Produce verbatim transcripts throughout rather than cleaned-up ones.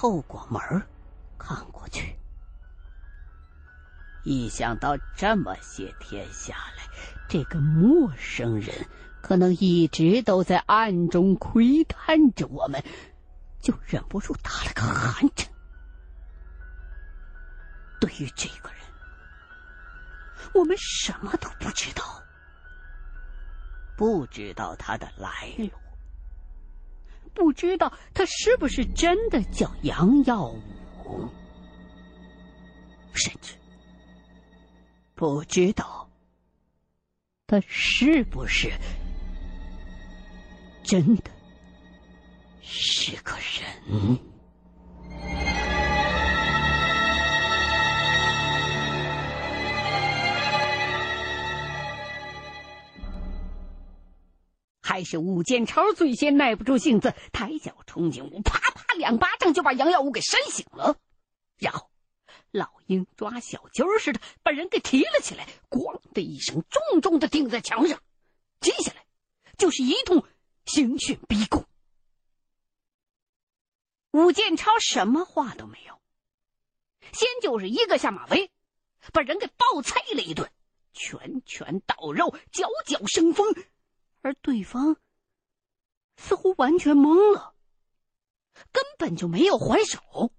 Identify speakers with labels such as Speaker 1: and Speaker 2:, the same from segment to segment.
Speaker 1: 透过门看过去。一想到这么些天下来，这个陌生人可能一直都在暗中窥探着我们，就忍不住打了个寒颤。对于这个人，我们什么都不知道，不知道他的来路，不知道他是不是真的叫杨耀武，甚至不知道他是不是真的是个人。还是武建超最先耐不住性子，抬脚冲进屋，啪啪两巴掌就把杨耀武给扇醒了。然后老鹰抓小鸡儿似的把人给提了起来，咣的一声重重的钉在墙上。接下来就是一通刑讯逼供。武建超什么话都没有，先就是一个下马威，把人给暴菜了一顿，拳拳到肉，脚脚生风，而对方似乎完全懵了，根本就没有还手。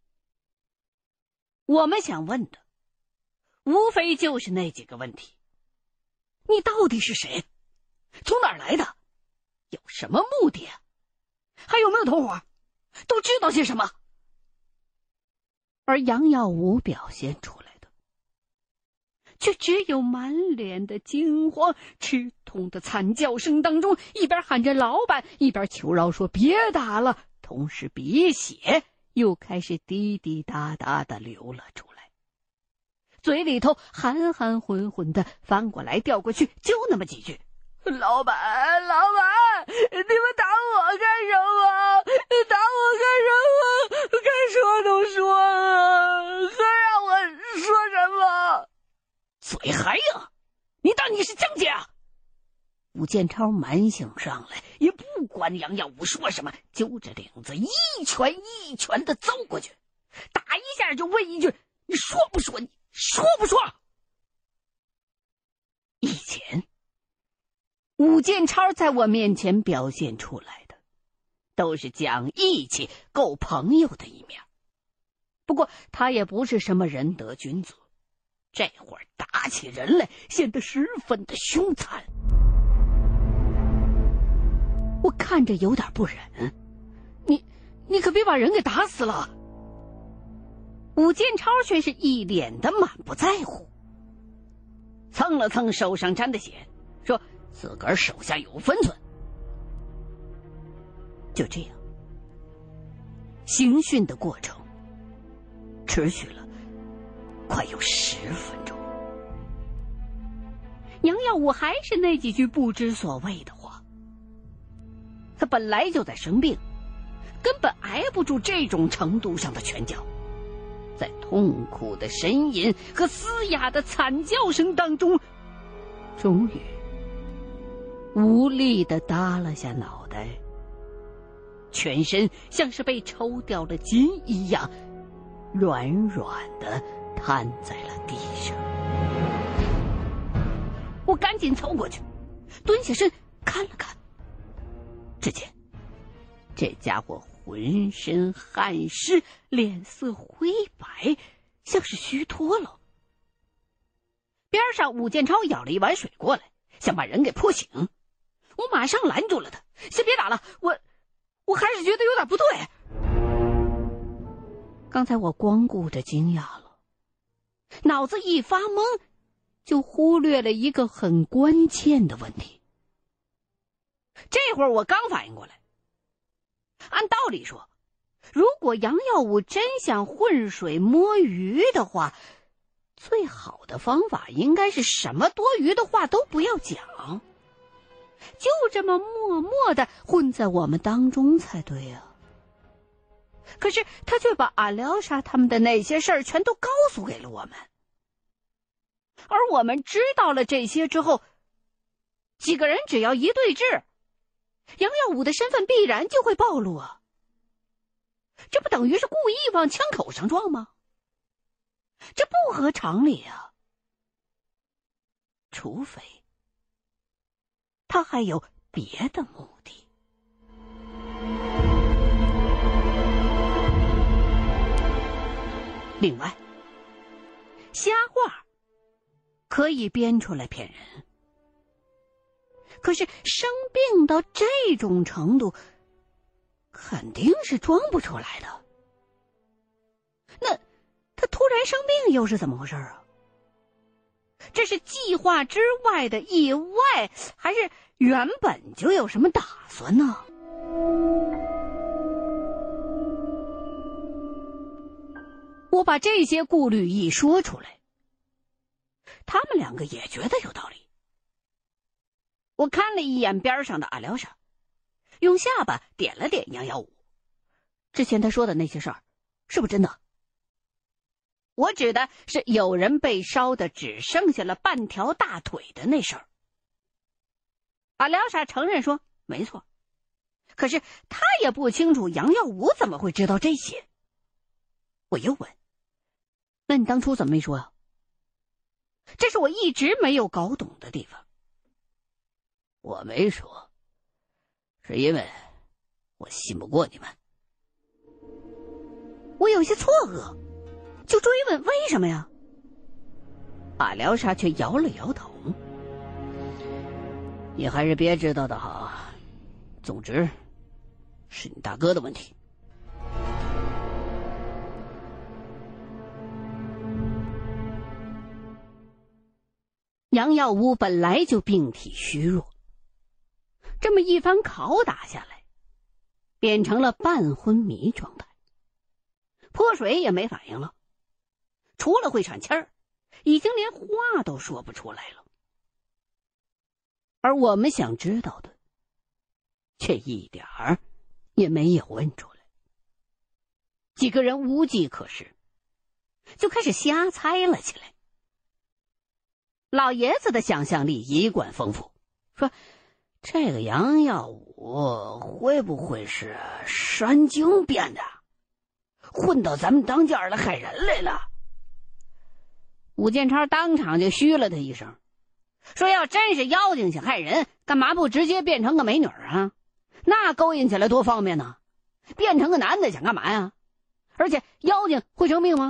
Speaker 1: 我们想问的无非就是那几个问题：你到底是谁？从哪儿来的？有什么目的？还有没有同伙？都知道些什么？而杨耀武表现出来的却只有满脸的惊慌，吃痛的惨叫声当中，一边喊着老板，一边求饶说别打了，同时鼻血又开始滴滴答答的流了出来，嘴里头含含混混的翻过来调过去，就那么几句：老板老板，你们打我干什么？打我干什么？该说都说了，还让我说什么？嘴还硬？你当你是张姐啊？武建超蛮性上来，也不管杨耀武说什么，揪着领子一拳一拳的揍过去，打一下就问一句：你说不说？你说不说？以前武建超在我面前表现出来的都是讲义气够朋友的一面，不过他也不是什么仁德君子，这会儿打起人来显得十分的凶残。我看着有点不忍，你你可别把人给打死了。武建超却是一脸的满不在乎，蹭了蹭手上沾的血，说自个儿手下有分寸。就这样，刑讯的过程持续了快有十分钟。杨耀武还是那几句不知所谓的话，他本来就在生病，根本挨不住这种程度上的拳脚，在痛苦的呻吟和嘶哑的惨叫声当中，终于无力地耷拉下脑袋，全身像是被抽掉了筋一样，软软地瘫在了地上。我赶紧凑过去，蹲下身看了看，只见这家伙浑身汗湿，脸色灰白，像是虚脱了。边上武建超舀了一碗水过来，想把人给泼醒，我马上拦住了他：先别打了，我我还是觉得有点不对。刚才我光顾着惊讶了，脑子一发懵，就忽略了一个很关键的问题。这会儿我刚反应过来，按道理说，如果杨耀武真想浑水摸鱼的话，最好的方法应该是什么多余的话都不要讲，就这么默默地混在我们当中才对啊。可是他却把阿廖沙他们的那些事儿全都告诉给了我们，而我们知道了这些之后，几个人只要一对峙，杨耀武的身份必然就会暴露啊。 这不等于是故意往枪口上撞吗？这不合常理啊！除非他还有别的目的。另外，瞎话可以编出来骗人，可是生病到这种程度，肯定是装不出来的。那他突然生病又是怎么回事啊？这是计划之外的意外，还是原本就有什么打算呢？我把这些顾虑一说出来，他们两个也觉得有道理。我看了一眼边上的阿廖沙，用下巴点了点杨耀武。之前他说的那些事儿，是不是真的？我指的是有人被烧的只剩下了半条大腿的那事儿。阿廖沙承认说没错，可是他也不清楚杨耀武怎么会知道这些。我又问，那你当初怎么没说啊？这是我一直没有搞懂的地方。
Speaker 2: 我没说，是因为我信不过你们。
Speaker 1: 我有些错愕，就追问为什么呀？阿廖沙却摇了摇头。
Speaker 2: 你还是别知道的好，总之是你大哥的问题。
Speaker 1: 杨耀武本来就病体虚弱，这么一番拷打下来，变成了半昏迷状态，泼水也没反应了，除了会喘气儿，已经连话都说不出来了。而我们想知道的，却一点儿也没有问出来。几个人无计可施，就开始瞎猜了起来。老爷子的想象力一贯丰富，说这个杨耀武会不会是山精变的，混到咱们当家来害人来了？武建超当场就嘘了他一声，说要真是妖精想害人，干嘛不直接变成个美女啊？那勾引起来多方便呢。变成个男的想干嘛呀？而且妖精会生病吗？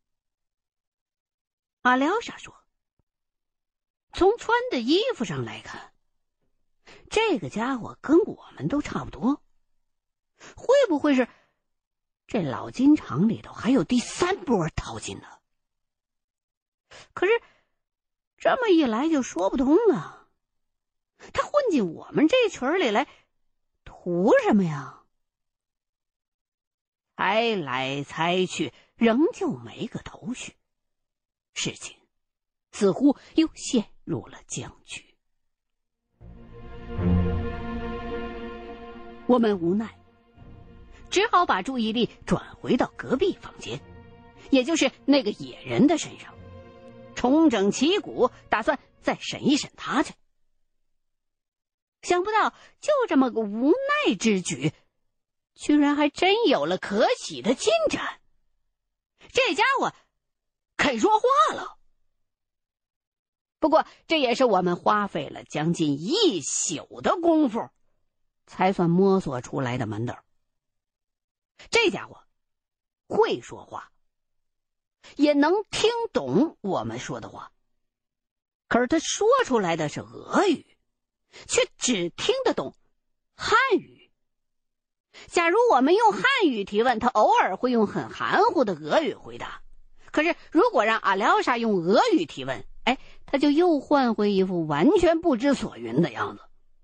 Speaker 1: 阿廖沙说，从穿的衣服上来看，这个家伙跟我们都差不多，会不会是这老金厂里头还有第三波淘金呢？可是这么一来就说不通了，他混进我们这群里来图什么呀？猜来猜去仍旧没个头绪，事情似乎又陷入了僵局。我们无奈，只好把注意力转回到隔壁房间，也就是那个野人的身上，重整旗鼓，打算再审一审他去。想不到就这么个无奈之举，居然还真有了可喜的进展。这家伙肯说话了。不过这也是我们花费了将近一宿的功夫才算摸索出来的门道。这家伙会说话，也能听懂我们说的话，可是他说出来的是俄语，却只听得懂汉语。假如我们用汉语提问，他偶尔会用很含糊的俄语回答，可是如果让阿廖沙用俄语提问，哎，他就又换回一副完全不知所云的样子。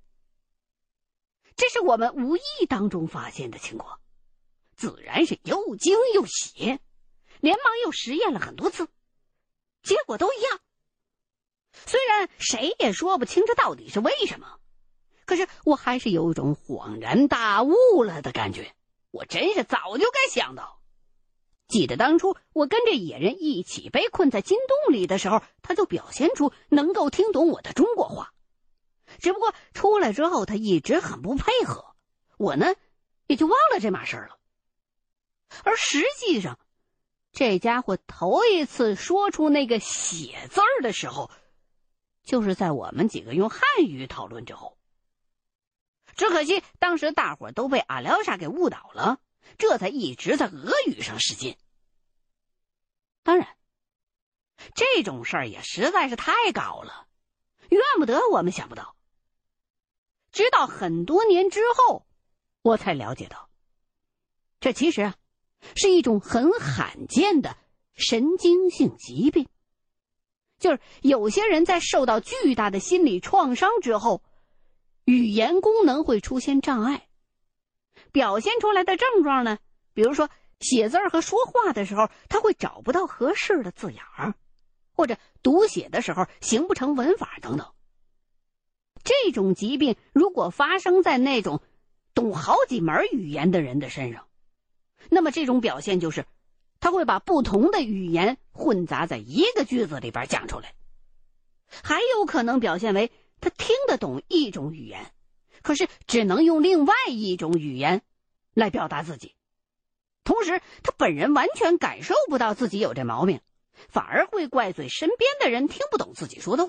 Speaker 1: 这是我们无意当中发现的情况，自然是又惊又喜，连忙又实验了很多次，结果都一样。虽然谁也说不清这到底是为什么，可是我还是有一种恍然大悟了的感觉。我真是早就该想到。记得当初我跟这野人一起被困在金洞里的时候，他就表现出能够听懂我的中国话，只不过出来之后他一直很不配合，我呢也就忘了这码事了。 而实际上，这家伙头一次说出那个血字儿的时候，就是在我们几个用汉语讨论之后。只可惜当时大伙都被阿廖沙给误导了，这才一直在俄语上使劲。当然，这种事儿也实在是太高了，怨不得我们想不到。直到很多年之后，我才了解到，这其实啊是一种很罕见的神经性疾病。就是有些人在受到巨大的心理创伤之后，语言功能会出现障碍，表现出来的症状呢，比如说写字和说话的时候他会找不到合适的字眼儿，或者读写的时候形不成文法等等。这种疾病如果发生在那种懂好几门语言的人的身上，那么这种表现就是他会把不同的语言混杂在一个句子里边讲出来。还有可能表现为他听得懂一种语言，可是只能用另外一种语言来表达自己，同时他本人完全感受不到自己有这毛病，反而会怪罪身边的人听不懂自己说的话。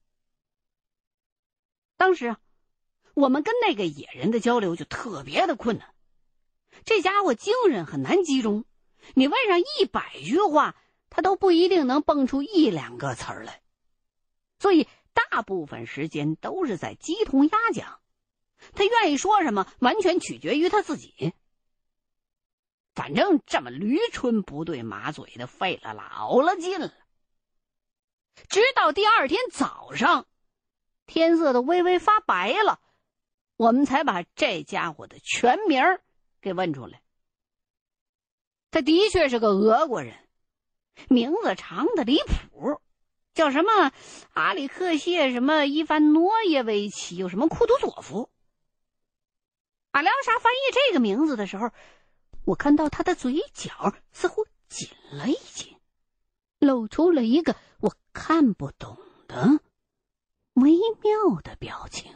Speaker 1: 当时啊，我们跟那个野人的交流就特别的困难，这家伙精神很难集中，你问上一百句话，他都不一定能蹦出一两个词儿来，所以大部分时间都是在鸡同鸭讲，他愿意说什么完全取决于他自己。反正这么驴唇不对马嘴的费了老了劲了。直到第二天早上，天色都微微发白了，我们才把这家伙的全名给问出来。他的确是个俄国人，名字长的离谱，叫什么阿里克谢什么伊凡诺耶维奇，有什么库图佐夫。阿廖沙翻译这个名字的时候，我看到他的嘴角似乎紧了一紧，露出了一个我看不懂的微妙的表情。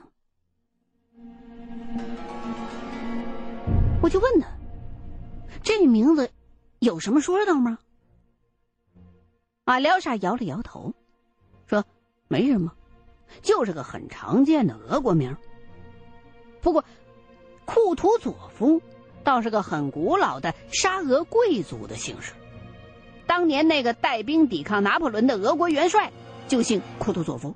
Speaker 1: 我就问他，这名字有什么说道吗？阿廖沙摇了摇头，说没什么，就是个很常见的俄国名。不过库图佐夫倒是个很古老的沙俄贵族的姓氏，当年那个带兵抵抗拿破仑的俄国元帅就姓库图佐夫。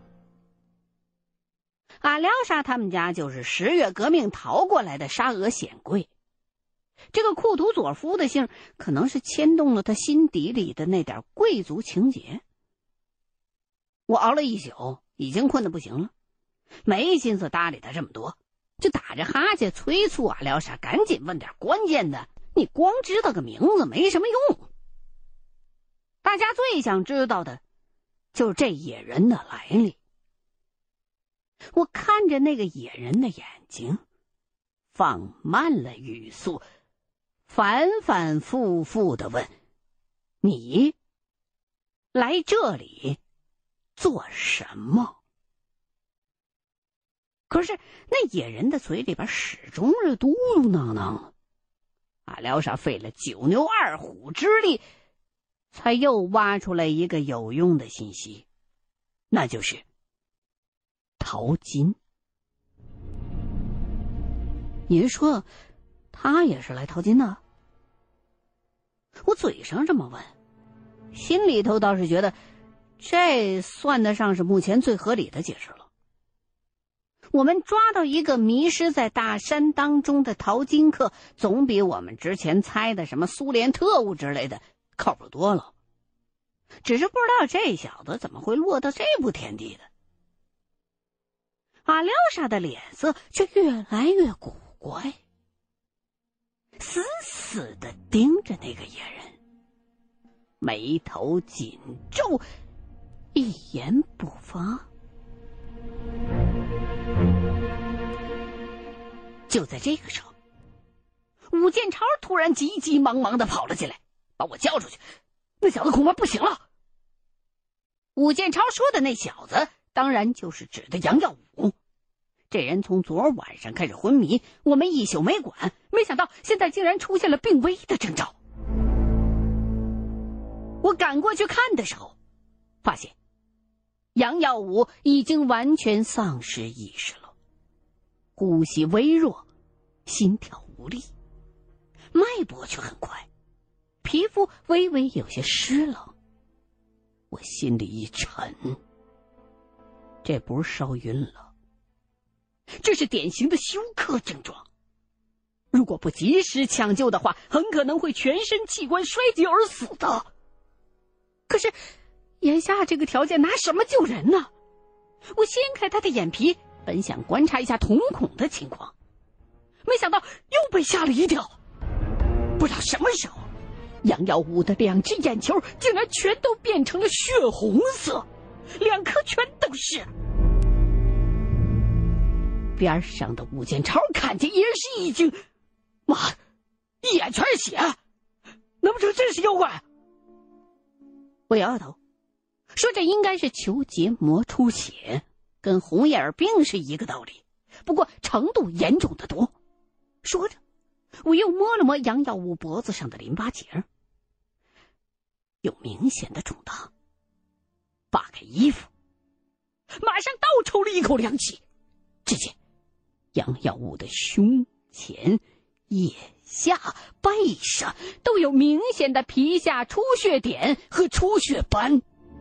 Speaker 1: 阿廖沙他们家就是十月革命逃过来的沙俄显贵，这个库图佐夫的姓可能是牵动了他心底里的那点贵族情节。我熬了一宿，已经困得不行了，没心思搭理他这么多，就打着哈欠催促阿廖沙赶紧问点关键的，你光知道个名字没什么用。大家最想知道的就是这野人的来历。我看着那个野人的眼睛，放慢了语速，反反复复地问，你来这里做什么？可是那野人的嘴里边始终是嘟嘟囔囔的。阿廖沙费了九牛二虎之力，才又挖出来一个有用的信息，那就是淘金。您说他也是来淘金的？我嘴上这么问，心里头倒是觉得这算得上是目前最合理的解释了。我们抓到一个迷失在大山当中的淘金客，总比我们之前猜的什么苏联特务之类的靠谱多了。只是不知道这小子怎么会落到这步田地的。阿廖沙的脸色却越来越古怪，死死地盯着那个野人，眉头紧皱，一言不发。就在这个时候，武建超突然急急忙忙地跑了进来，把我叫出去，那小子恐怕不行了。武建超说的那小子当然就是指的杨耀武。这人从昨晚上开始昏迷，我们一宿没管，没想到现在竟然出现了病危的征兆。 赶过去看的时候，发现杨耀武已经完全丧失意识了，呼吸微弱，心跳无力，脉搏却很快，皮肤微微有些湿冷。我心里一沉，这不是烧晕了，这是典型的休克症状。如果不及时抢救的话，很可能会全身器官衰竭而死的。可是眼下这个条件拿什么救人呢？我掀开他的眼皮，本想观察一下瞳孔的情况，没想到又被吓了一跳。不知道什么时候，杨耀武的两只眼球竟然全都变成了血红色，两颗全都是。边上的武建超看见也是一惊，妈，一眼全是血，难不成真是妖怪？我摇摇头，说这应该是球结膜出血，跟红眼病是一个道理，不过程度严重的多。说着，我又摸了摸杨耀武脖子上的淋巴结，有明显的肿大。扒开衣服，马上倒抽了一口凉气。只见杨耀武的胸前、腋下、背上都有明显的皮下出血点和出血斑，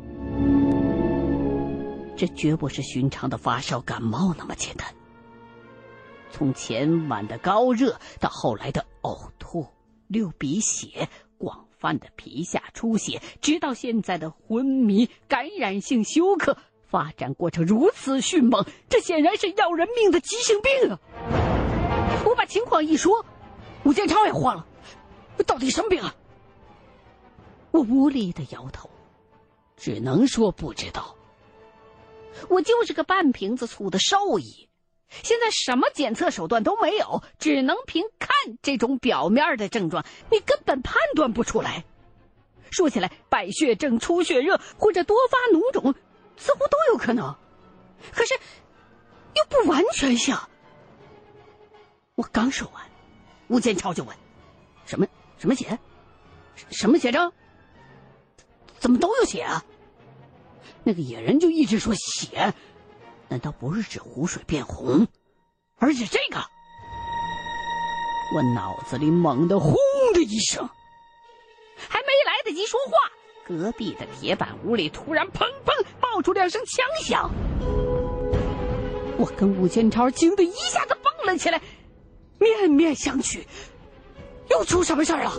Speaker 1: 这绝不是寻常的发烧感冒那么简单。从前晚的高热到后来的呕吐、流鼻血、广泛的皮下出血，直到现在的昏迷、感染性休克，发展过程如此迅猛，这显然是要人命的急性病啊！我把情况一说，武建超也慌了，到底什么病啊？我无力地摇头，只能说不知道。我就是个半瓶子醋的兽医，现在什么检测手段都没有，只能凭看这种表面的症状，你根本判断不出来。说起来，败血症、出血热或者多发脓肿似乎都有可能，可是又不完全像。我刚说完，吴建超就问：什么什么血？什么血症？怎么都有血啊？那个野人就一直说血，难道不是指湖水变红，而是这个？我脑子里猛地轰的一声，还没来得及说话，隔壁的铁板屋里突然砰砰爆出两声枪响。我跟吴建超惊得一下子蹦了起来，面面相觑，又出什么事儿了？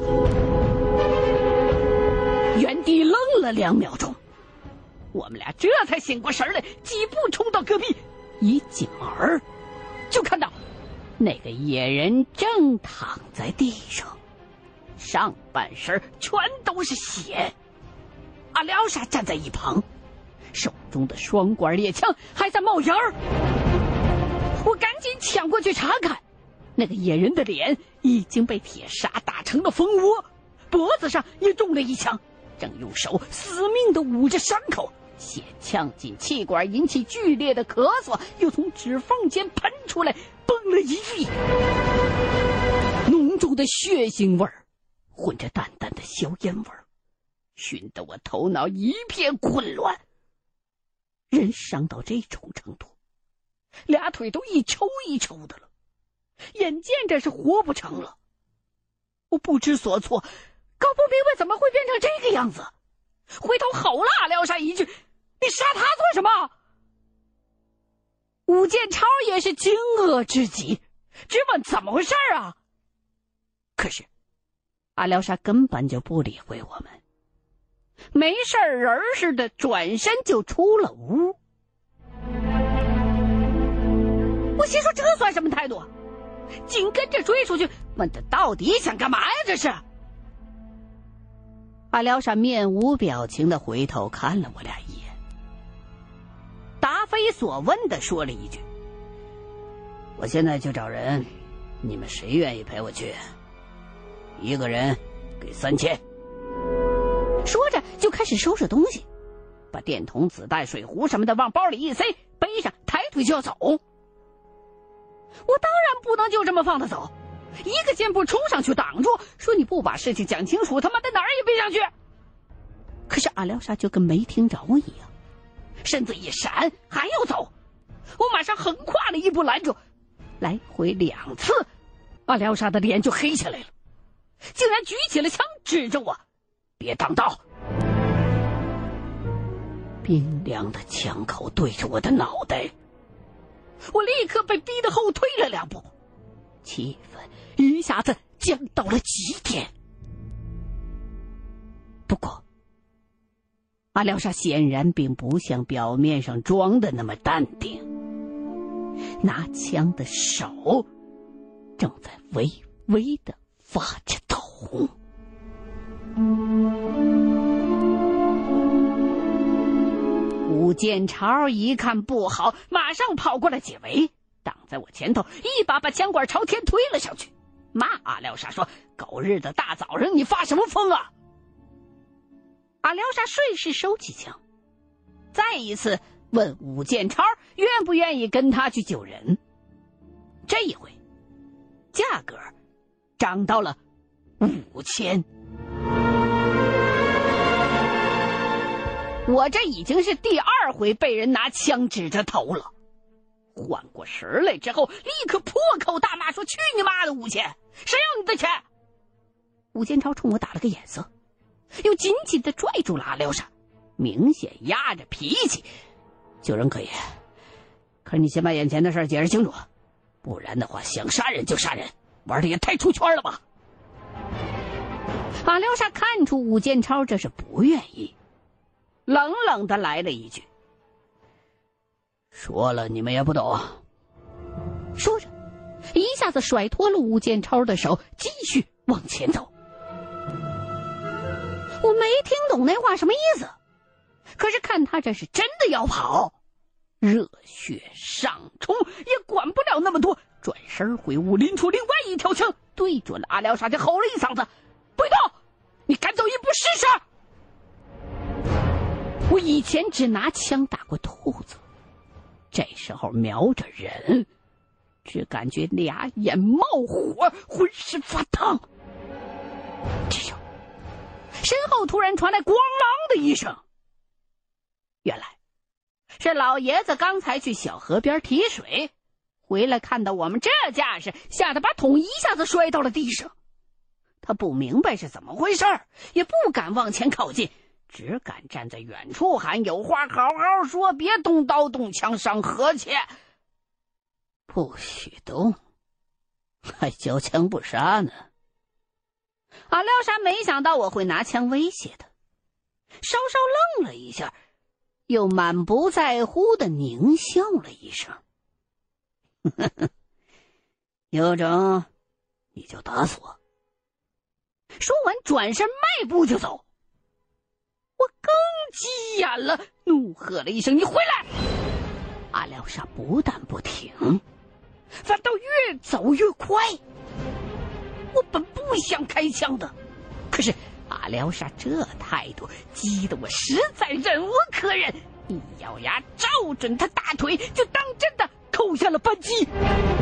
Speaker 1: 原地愣了两秒钟，我们俩这才醒过神来，几步冲到隔壁，一进门就看到那个野人正躺在地上，上半身全都是血。阿廖沙站在一旁，手中的双管猎枪还在冒烟儿。我赶紧抢过去查看，那个野人的脸已经被铁砂打成了蜂窝，脖子上也中了一枪，正用手死命地捂着伤口，血呛进气管，引起剧烈的咳嗽，又从指缝间喷出来，崩了一地。浓重的血腥味儿混着淡淡的硝烟味儿，熏得我头脑一片混乱。人伤到这种程度，俩腿都一抽一抽的了，眼见着是活不成了。我不知所措，搞不明白怎么会变成这个样子，回头吼了阿廖沙一句：你杀他做什么？武建超也是惊愕之极，直问怎么回事啊？可是阿廖沙根本就不理会我们，没事人似的转身就出了屋。我心说这算什么态度？紧跟着追出去问他到底想干嘛呀？这是。阿廖沙面无表情的回头看了我俩一眼，答非所问的说了一句：我现在去找人，你们谁愿意陪我去？一个人给三千。说着就开始收拾东西，把电筒、子弹、水壶什么的往包里一塞，背上抬腿就要走。我当然不能就这么放他走，一个箭步冲上去挡住，说你不把事情讲清楚，他妈的哪儿也别想去。 可是阿廖沙就跟没听着一样，身子一闪，还要走。我马上横跨了一步拦住，来回两次，阿廖沙的脸就黑下来了，竟然举起了枪指着我：“别挡道！”冰凉的枪口对着我的脑袋，我立刻被逼得后退了两步，气氛一下子降到了极点。不过阿廖沙显然并不像表面上装的那么淡定，拿枪的手正在微微的发着抖。武建超一看不好，马上跑过来解围，挡在我前头，一把把枪管朝天推了上去，骂阿廖沙说：“狗日的大早上你发什么疯啊！”阿廖沙顺势收起枪，再一次问武建超愿不愿意跟他去救人。这一回价格涨到了五千。我这已经是第二回被人拿枪指着头了，缓过神来之后，立刻破口大骂说：“去你妈的五千！谁要你的钱？”武建超冲我打了个眼色，又紧紧地拽住了阿廖沙，明显压着脾气：“救人可以，可是你先把眼前的事解释清楚，不然的话想杀人就杀人，玩的也太出圈了吧！”阿廖沙看出武建超这是不愿意，冷冷地来了一句：“说了你们也不懂。”说着一下子甩脱了武建超的手，继续往前走。我没听懂那话什么意思，可是看他这是真的要跑，热血上冲，也管不了那么多，转身回屋拎出另外一条枪，对准了阿廖沙就吼了一嗓子：“不许动！你敢走一步试试！”我以前只拿枪打过兔子，这时候瞄着人，只感觉俩眼冒火，浑身发烫。这时候身后突然传来咣啷的一声，原来是老爷子刚才去小河边提水，回来看到我们这架势，吓得把桶一下子摔到了地上。他不明白是怎么回事，也不敢往前靠近，只敢站在远处喊：“有话好好说，别动刀动枪伤和气。”不许动，还交枪不杀呢。阿廖沙没想到我会拿枪威胁他，稍稍愣了一下，又满不在乎地狞笑了一声：“呵呵，有种你就打死我。”说完转身迈步就走。我更急眼了，怒喝了一声：“你回来！”阿廖沙不但不停，反倒越走越快。我本不想开枪的，可是阿廖沙这态度激得我实在忍无可忍，一咬牙照准他大腿，就当真的扣下了扳机。